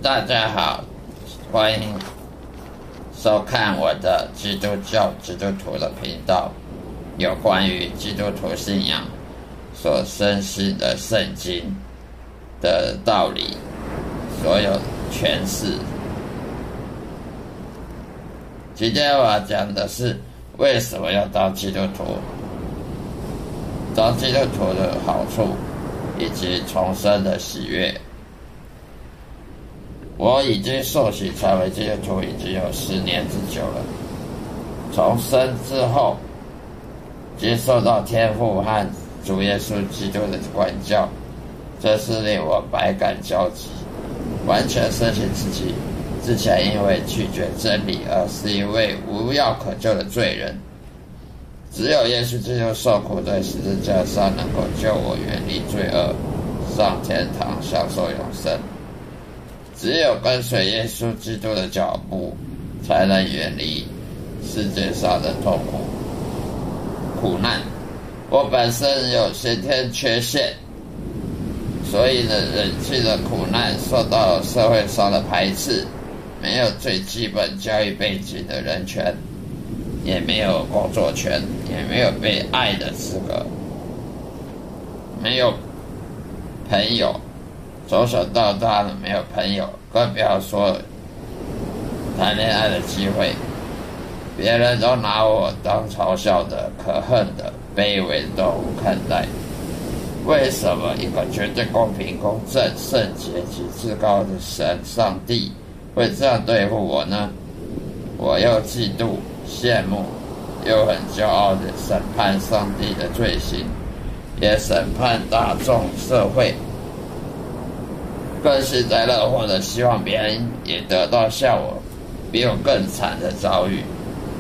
大家好，欢迎收看我的基督教基督徒的频道，有关于基督徒信仰所深信的圣经的道理，所有诠释。今天我要讲的是为什么要当基督徒，当基督徒的好处，以及重生的喜悦。我已经受洗成为基督徒已经有10年之久了。重生之后，接受到天父和主耶稣基督的管教，这是令我百感交集，完全深信自己之前因为拒绝真理而是一位无药可救的罪人。只有耶稣基督受苦在十字架上，能够救我远离罪恶，上天堂享受永生。只有跟随耶稣基督的脚步，才能远离世界上的痛苦、苦难。我本身有先天缺陷，所以呢，忍气的苦难，受到社会上的排斥，没有最基本教育背景的人权，也没有工作权，也没有被爱的资格，没有朋友。从小到大呢，没有朋友，更不要说谈恋爱的机会。别人都拿我当嘲笑的、可恨的、卑微的动物看待。为什么一个绝对公平、公正、圣洁及至高的神上帝会这样对付我呢？我又嫉妒、羡慕，又很骄傲地审判上帝的罪行，也审判大众社会。更幸灾乐祸的希望别人也得到像我比我更惨的遭遇。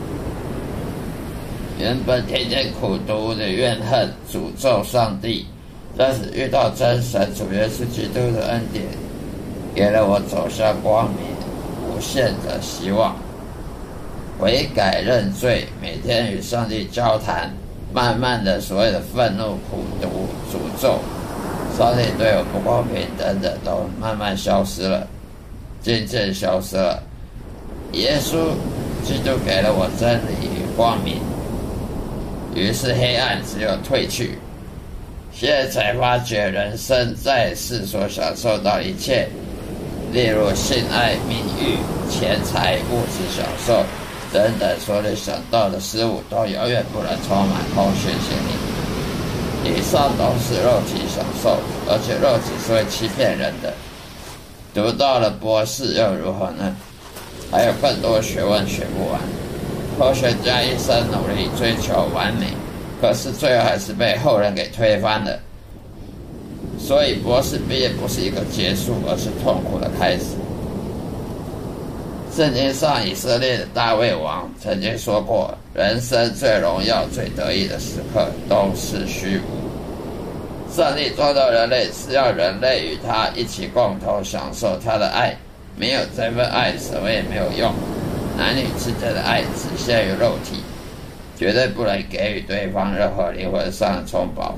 原本天天苦读的怨恨、诅咒上帝，但是遇到真神主耶稣基督的恩典，给了我走向光明、无限的希望。悔改认罪，每天与上帝交谈，慢慢的所有的愤怒、苦毒、诅咒，上帝对我不公平等等都慢慢消失了，渐渐消失了。耶稣基督给了我真理与光明，于是黑暗只有退去。现在才发觉人生在世所享受到一切，例如性爱、名誉、钱财、物质享受等等所有想到的事物，都永远不能充满空虚心灵。以上都是肉体享受，而且肉体是会欺骗人的。读到了博士又如何呢？还有更多学问学不完。科学家一生努力追求完美，可是最后还是被后人给推翻了。所以博士毕业不是一个结束，而是痛苦的开始。圣经上以色列的大卫王曾经说过，人生最荣耀、最得意的时刻都是虚无。上帝创造人类是要人类与他一起共同享受他的爱，没有这份爱什么也没有用。男女之间的爱只限于肉体，绝对不能给予对方任何灵魂上的充饱。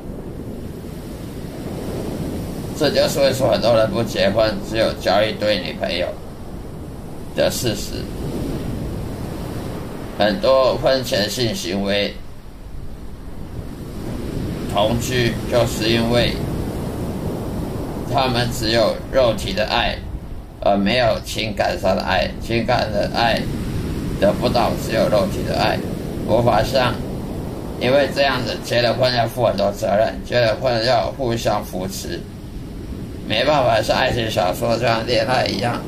这就是为什么很多人不结婚，只有交一堆女朋友的事实。很多婚前性行为、同居，就是因为他们只有肉体的爱，而没有情感上的爱。情感的爱得不到，只有肉体的爱，无法像因为这样子结了婚要负很多责任，结了婚要互相扶持，没办法像爱情小说这样恋爱一样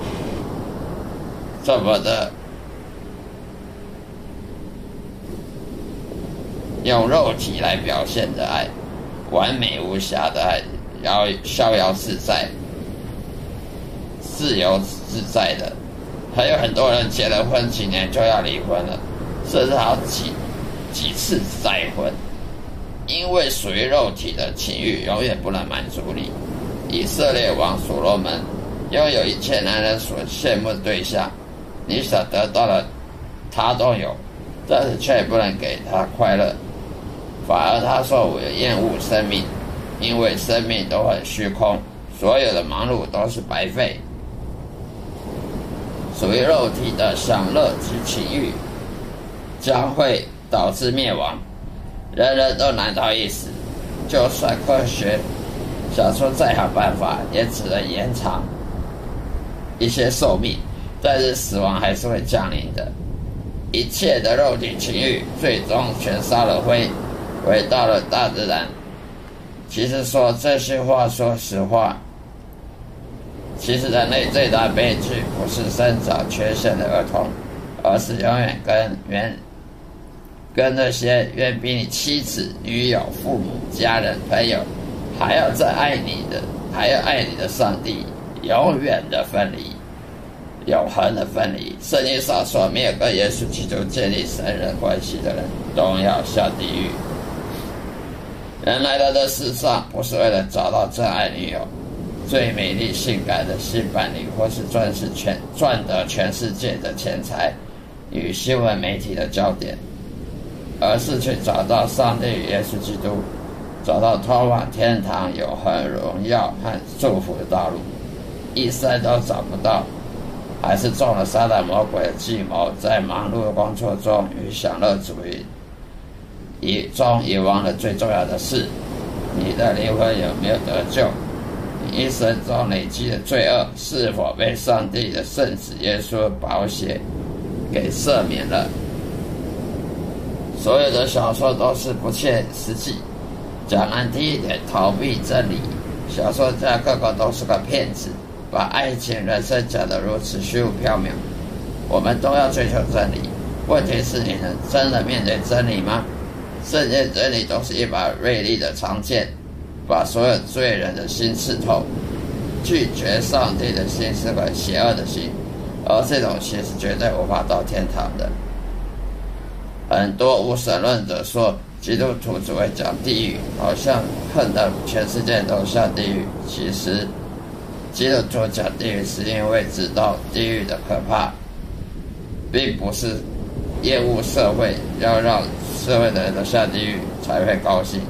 这么的用肉体来表现的爱，完美无瑕的爱，然后逍遥自在、自由自在的。还有很多人结了婚几年就要离婚了，甚至好几次再婚，因为属于肉体的情欲永远不能满足你。以色列王所罗门拥有一切男人所羡慕的对象，你所得到的他都有，但是却不能给他快乐，反而他说我厌恶生命，因为生命都很虚空，所有的忙碌都是白费。 属于肉体的享乐及情欲，将会导致灭亡，人人都难逃一死。就算科学想出再好办法，也只能延长一些寿命，但是死亡还是会降临的。一切的肉体情欲最终全烧了灰，回到了大自然。其实说这些话，说实话，其实人类最大悲剧不是生长缺陷的儿童，而是永远跟那些远比你妻子、女友、父母、家人、朋友还要再爱你的上帝永远的分离，永恒的分离。圣经上说，没有跟耶稣基督建立神人关系的人都要下地狱。人来到这世上不是为了找到真爱女友、最美丽性感的新伴侣，或是赚得全世界的钱财与新闻媒体的焦点，而是去找到上帝与耶稣基督，找到通往天堂永恒荣耀和祝福的道路。一生都找不到，还是中了撒旦魔鬼的计谋，在忙碌的工作中与享乐主义遗忘了最重要的事：你的灵魂有没有得救？你一生中累积的罪恶是否被上帝的圣子耶稣的宝血给赦免了？所有的小说都是不切实际，讲难听一点，逃避真理。小说家个个都是个骗子，把爱情人生讲得如此虚无缥缈。我们都要追求真理，问题是你能真的面对真理吗？圣经真理都是一把锐利的长剑，把所有罪人的心刺透。拒绝上帝的心是个邪恶的心，而这种心是绝对无法到天堂的。很多无神论者说基督徒只会讲地狱，好像恨得全世界都下地狱。其实基督徒讲地狱是因为知道地狱的可怕，并不是厌恶社会，要让社会的人都下地狱才会高兴。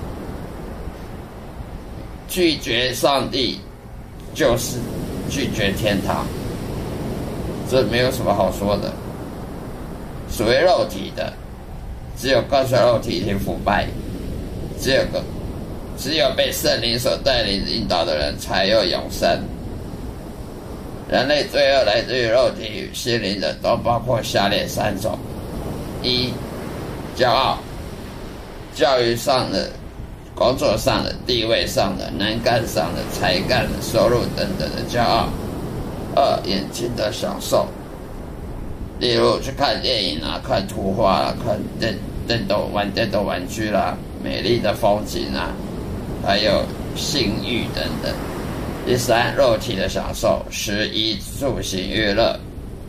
拒绝上帝就是拒绝天堂，这没有什么好说的。属于肉体的，只有跟随肉体已经腐败，只有被圣灵所带领引导的人才有永生。人类罪恶来自于肉体与心灵的，都包括下列3种：一、骄傲，教育上的、工作上的、地位上的、能干上的、才干的、收入等等的骄傲；二、眼睛的享受，例如去看电影啊、看图画啊、看电动玩具啦、美丽的风景啊，还有性欲等等。第三，肉体的享受，食衣住行娱乐、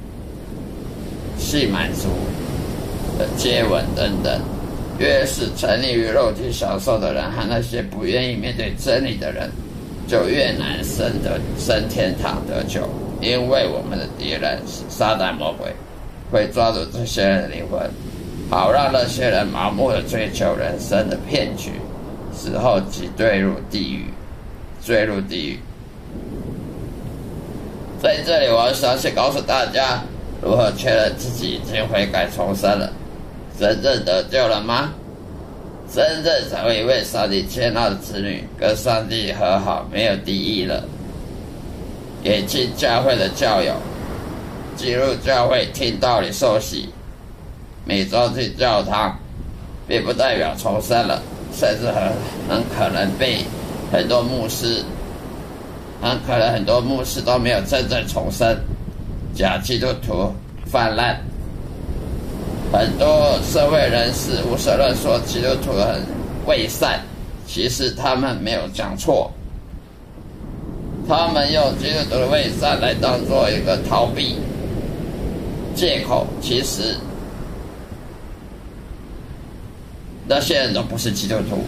性满足、接吻等等。越是沉溺于肉体享受的人，和那些不愿意面对真理的人，就越难升天堂得救。因为我们的敌人是撒旦魔鬼，会抓住这些人的灵魂，好让那些人盲目的追求人生的骗局，死后即坠入地狱。在这里，我要详细告诉大家如何确认自己已经悔改重生了。真正得救了吗？真正成为一位上帝接纳的子女，跟上帝和好，没有敌意了。也进教会的教友，进入教会听道理受洗，每周去教堂，并不代表重生了，甚至很可能被很多牧师都没有真正重生，假基督徒泛滥。很多社会人士无神论说基督徒很伪善，其实他们没有讲错，他们用基督徒的伪善来当做一个逃避借口，其实那些人都不是基督徒，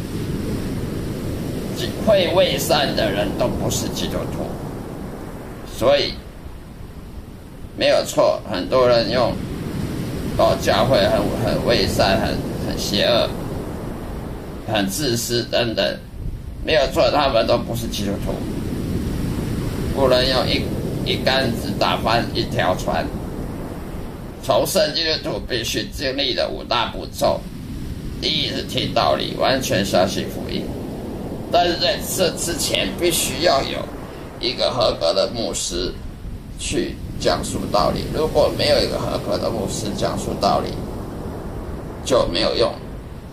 会伪善的人都不是基督徒，所以没有错。很多人用教会很伪善、很邪恶、很自私等等，没有错，他们都不是基督徒。不能用一竿子打翻一条船， 重生基督徒必须经历的5大步骤。第一是听道理，完全相信福音。但是在这之前，必须要有一个合格的牧师去讲述道理。如果没有一个合格的牧师讲述道理，就没有用。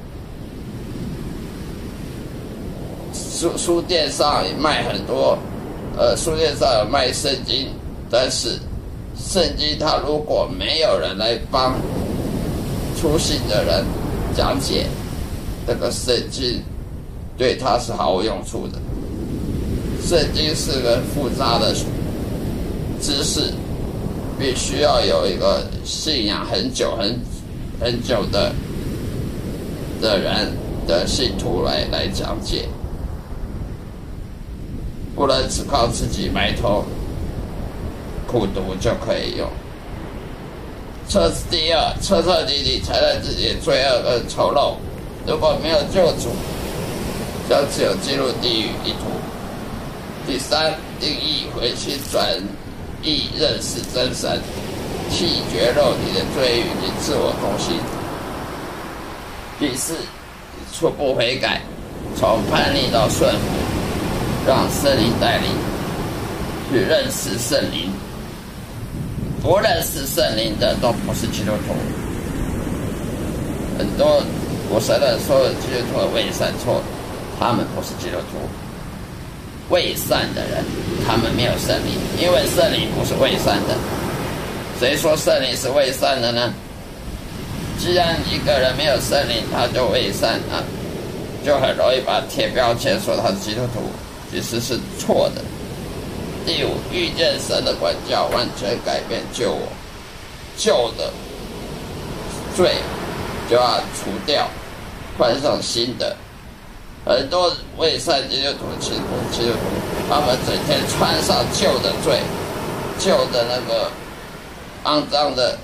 书店上也卖很多，书店上有卖圣经，但是圣经它如果没有人来帮初信的人讲解这个圣经，对他是毫无用处的。圣经是个复杂的知识，必须要有一个信仰很久的人的信徒来讲解，不能只靠自己埋头苦读就可以用。第二，彻彻底底承认自己的罪恶跟丑陋，如果没有救主，将只有进入地狱一途。第三，定义回心转意，认识真神，弃绝肉体的罪欲及自我中心。第四，初步悔改，从叛逆到顺服，让圣灵带领去认识圣灵。不认识圣灵的都不是基督徒。很多我承认说基督徒的伪善错，他们不是基督徒。伪善的人，他们没有圣灵，因为圣灵不是伪善的。谁说圣灵是伪善的呢？既然一个人没有圣灵，他就伪善啊，就很容易把贴标签说他是基督徒，其实是错的。第五，遇见神的管教，完全改变救我，旧的罪就要除掉，换上新的。很多伪善基督徒其实不是基督徒，他们整天穿上旧的罪，旧的那个肮脏的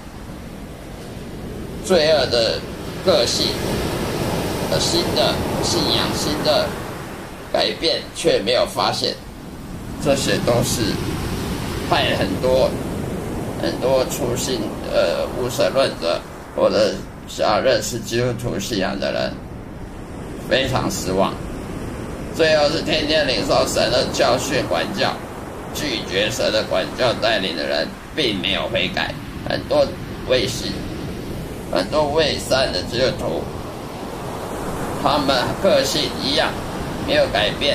罪恶的个性，新的信仰，新的改变，却没有发现。这些都是害很多初信无神论者或者想要认识基督徒信仰的人非常失望。最后是天天领受神的教训管教，拒绝神的管教带领的人并没有悔改。很多伪信、很多伪善的基督徒，他们个性一样没有改变，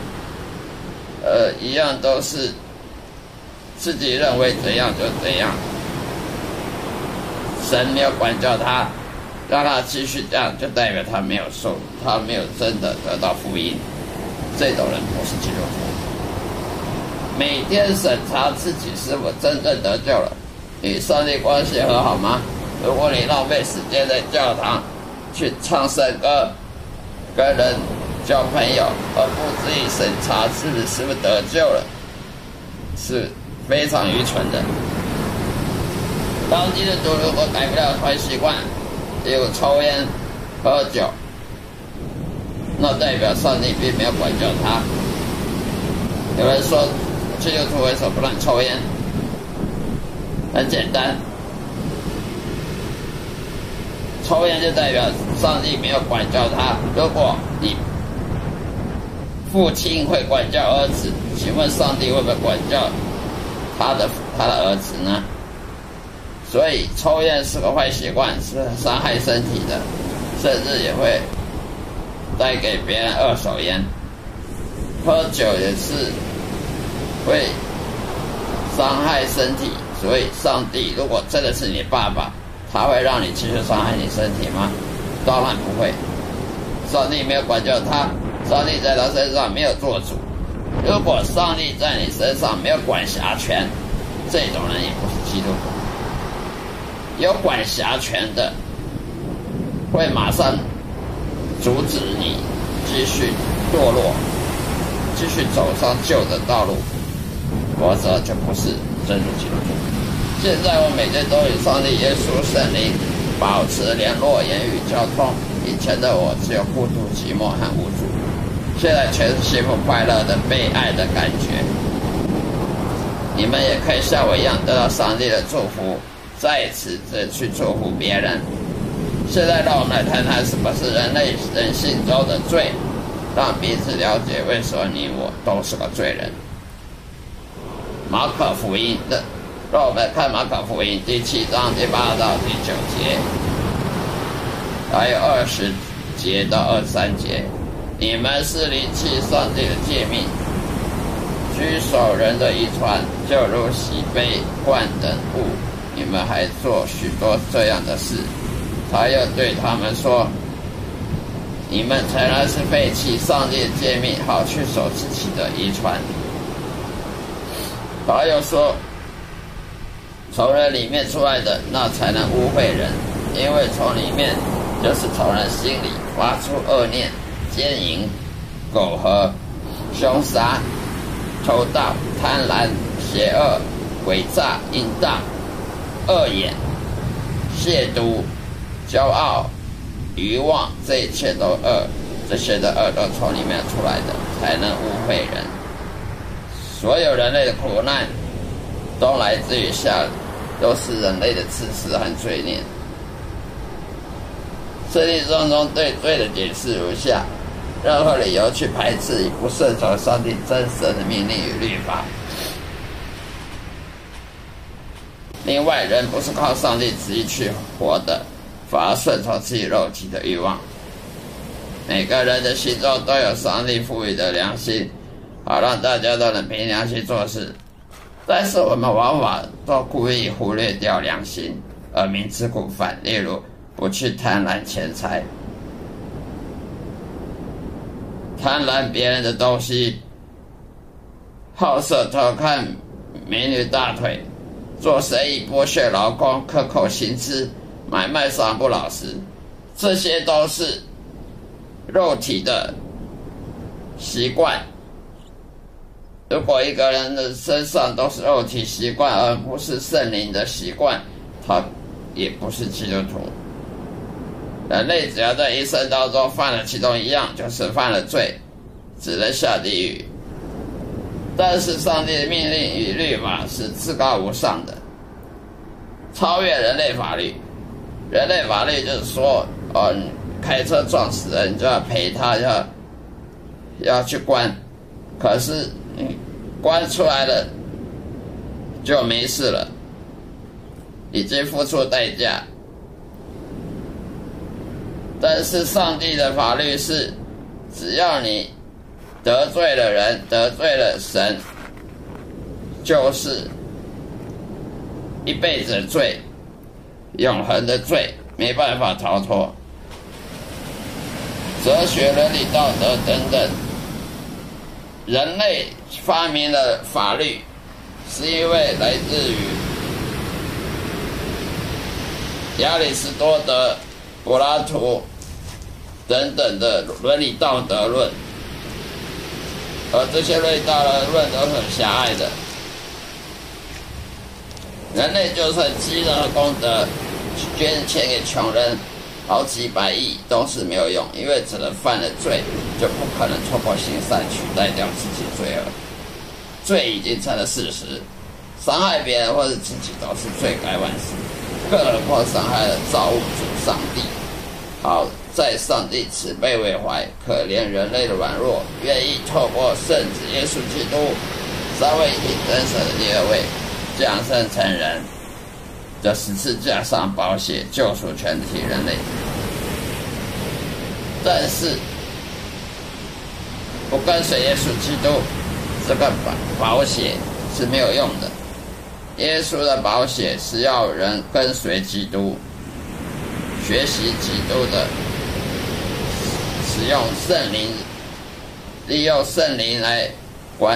一样都是自己认为怎样就怎样，神没有管教他，让他继续这样，就代表他没有真的得到福音。这种人不是基督徒。每天审查自己是否真正得救了，与上帝关系和好吗？如果你浪费时间在教堂去唱圣歌，跟人交朋友，而不自己审查自己是不是得救了，是非常愚蠢的。当基督徒如果改不了坏习惯，例如抽烟、喝酒，那代表上帝并没有管教他。有人说基督徒为什么不能抽烟？很简单，抽烟就代表上帝没有管教他。如果你父亲会管教儿子，请问上帝会不会管教他的儿子呢？所以抽烟是个坏习惯，是伤害身体的，甚至也会带给别人二手烟。喝酒也是会伤害身体，所以上帝如果真的是你爸爸，他会让你继续伤害你身体吗？当然不会。上帝没有管教他，上帝在他身上没有做主。如果上帝在你身上没有管辖权，这种人也不是基督徒。有管辖权的会马上阻止你继续堕落，继续走上旧的道路，否则就不是真的基督徒。现在我每天都与上帝耶稣圣灵保持联络，言语交通。以前的我只有孤独寂寞和无助，现在全是幸福快乐的被爱的感觉。你们也可以像我一样得到上帝的祝福， 在此去祝福别人。现在让我们来谈谈什么是人性中的罪，让彼此了解为什么你我都是个罪人。马可福音的，让我们看马可福音第7章第8到第9节，还有20节到23节。你们是离弃上帝的诫命，居守人的遗传，就如洗杯罐等物，你们还做许多这样的事。他又对他们说，你们诚然是废弃上帝的诫命，好去守自己的遗传。他又说，从人里面出来的，那才能污秽人，因为从里面就是从人心里发出恶念、奸淫、苟合、凶杀、偷盗、贪婪、邪恶、诡诈、淫荡、恶言、亵渎、骄傲、愚妄，这一切都恶，这些的恶都从里面出来的，才能污秽人。所有人类的苦难都来自于都是人类的自私和罪孽。圣经中对罪的解释如下：任何理由去排斥与不顺从上帝真神的命令与律法。另外，人不是靠上帝旨意去活的，反而顺从自己肉体的欲望。每个人的心中都有上帝赋予的良心，好让大家都能凭良心做事。但是我们往往都故意忽略掉良心，而明知故犯。例如，不去贪婪钱财，贪婪别人的东西，好色偷看美女大腿，做生意剥削劳工，克扣薪资，买卖上不老实，这些都是肉体的习惯。如果一个人的身上都是肉体习惯，而不是圣灵的习惯，他也不是基督徒。人类只要在一生当中犯了其中一样，就是犯了罪，只能下地狱。但是上帝的命令与律法是至高无上的，超越人类法律。人类法律就是说，你开车撞死人，你就要赔他，要去关。可是关出来了就没事了，已经付出代价。但是上帝的法律是，只要你得罪了人，得罪了神，就是一辈子的罪，永恒的罪，没办法逃脱。哲学、伦理、道德等等，人类发明了法律，是因为来自于亚里士多德、柏拉图等等的伦理道德论，而这些伦理道德论都是很狭隘的。人类就算积了功德，捐钱给穷人好几百亿都是没有用，因为只能犯了罪，就不可能透过行善取代掉自己罪恶。罪已经成了事实，伤害别人或者自己都是罪该万死，更何况伤害了造物主上帝。好在上帝慈悲为怀，可怜人类的软弱，愿意透过圣子耶稣基督三位一体真神的第二位降生成人，在十字架上宝血救赎全体人类。但是不跟随耶稣基督，这个宝血是没有用的。耶稣的宝血是要人跟随基督，学习基督的，使用圣灵，利用圣灵来管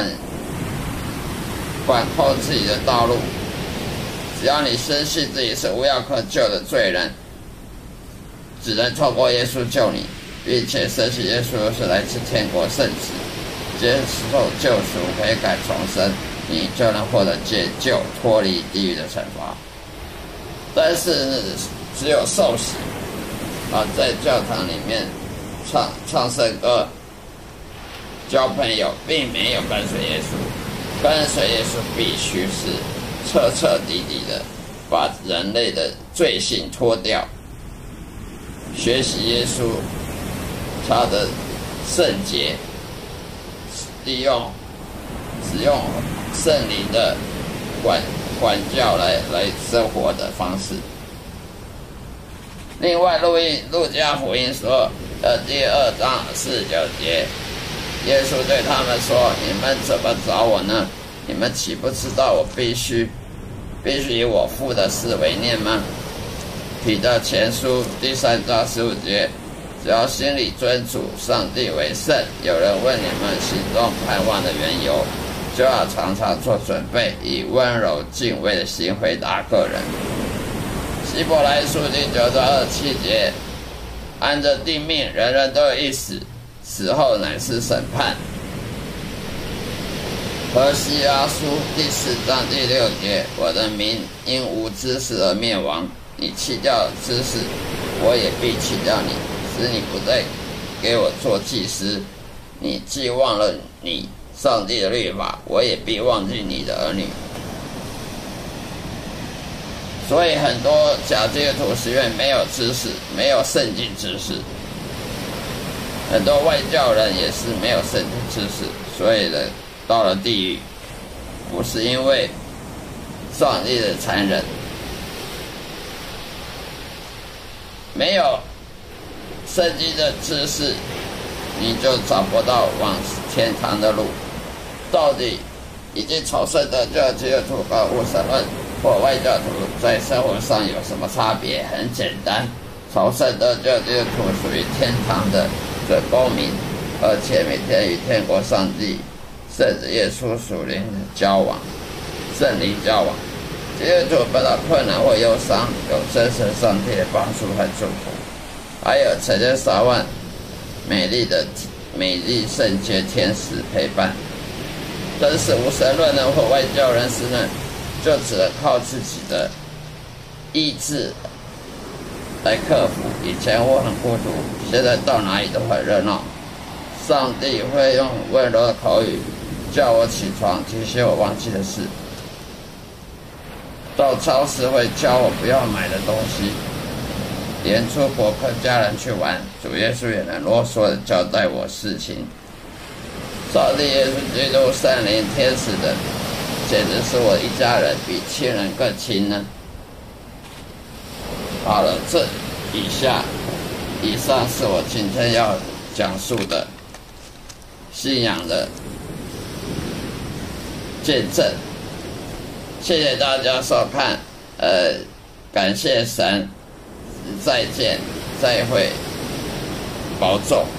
控自己的道路。只要你深信自己是无药可救的罪人，只能透过耶稣救你，并且深信耶稣是来自天国圣子，接受救赎、悔改、重生，你就能获得解救，脱离地狱的惩罚。但是只有受洗在教堂里面唱圣歌、交朋友，并没有跟随耶稣。跟随耶稣必须是彻彻底底的把人类的罪性脱掉，学习耶稣他的圣洁，使用圣灵的管教来生活的方式。另外，路加福音说第2章49节，耶稣对他们说：“你们怎么找我呢？你们岂不知道我必须以我父的事为念吗？”彼得前书第3章15节，只要心里尊主上帝为圣，有人问你们心中盼望的缘由，就要常常做准备，以温柔敬畏的心回答个人。希伯来书第9章27节，按着定命，人人都有一死，死后乃是审判。何西阿书第4章第6节，我的民因无知识而灭亡，你弃掉知识，我也必弃掉你，使你不再给我做祭司。你既忘了你上帝的律法，我也必忘记你的儿女。所以很多假基督徒是因为没有知识，没有圣经知识，很多外教人也是没有圣经知识，所以呢到了地狱，不是因为上帝的残忍，没有圣经的知识，你就找不到往天堂的路。到底已经重生的教基督徒和无神论或外教徒在生活上有什么差别？很简单，重生的教基督徒属于天堂的准公民，而且每天与天国上帝圣子耶稣属灵的交往，圣灵交往。基督徒碰到困难或忧伤，有真神上帝的帮助和祝福，还有成千上万美丽圣洁天使陪伴。真是无神论人或外教人士呢，就只能靠自己的意志来克服。以前我很孤独，现在到哪里都很热闹。上帝会用温柔的口语叫我起床，提醒我忘记的事。到超市会教我不要买的东西，连出国跟家人去玩，主耶稣也能啰嗦的交代我事情。上帝耶稣基督圣灵天使的，简直是我一家人，比亲人更亲呢。好了，以上是我今天要讲述的信仰的见证。谢谢大家收看，感谢神，再见，再会，保重。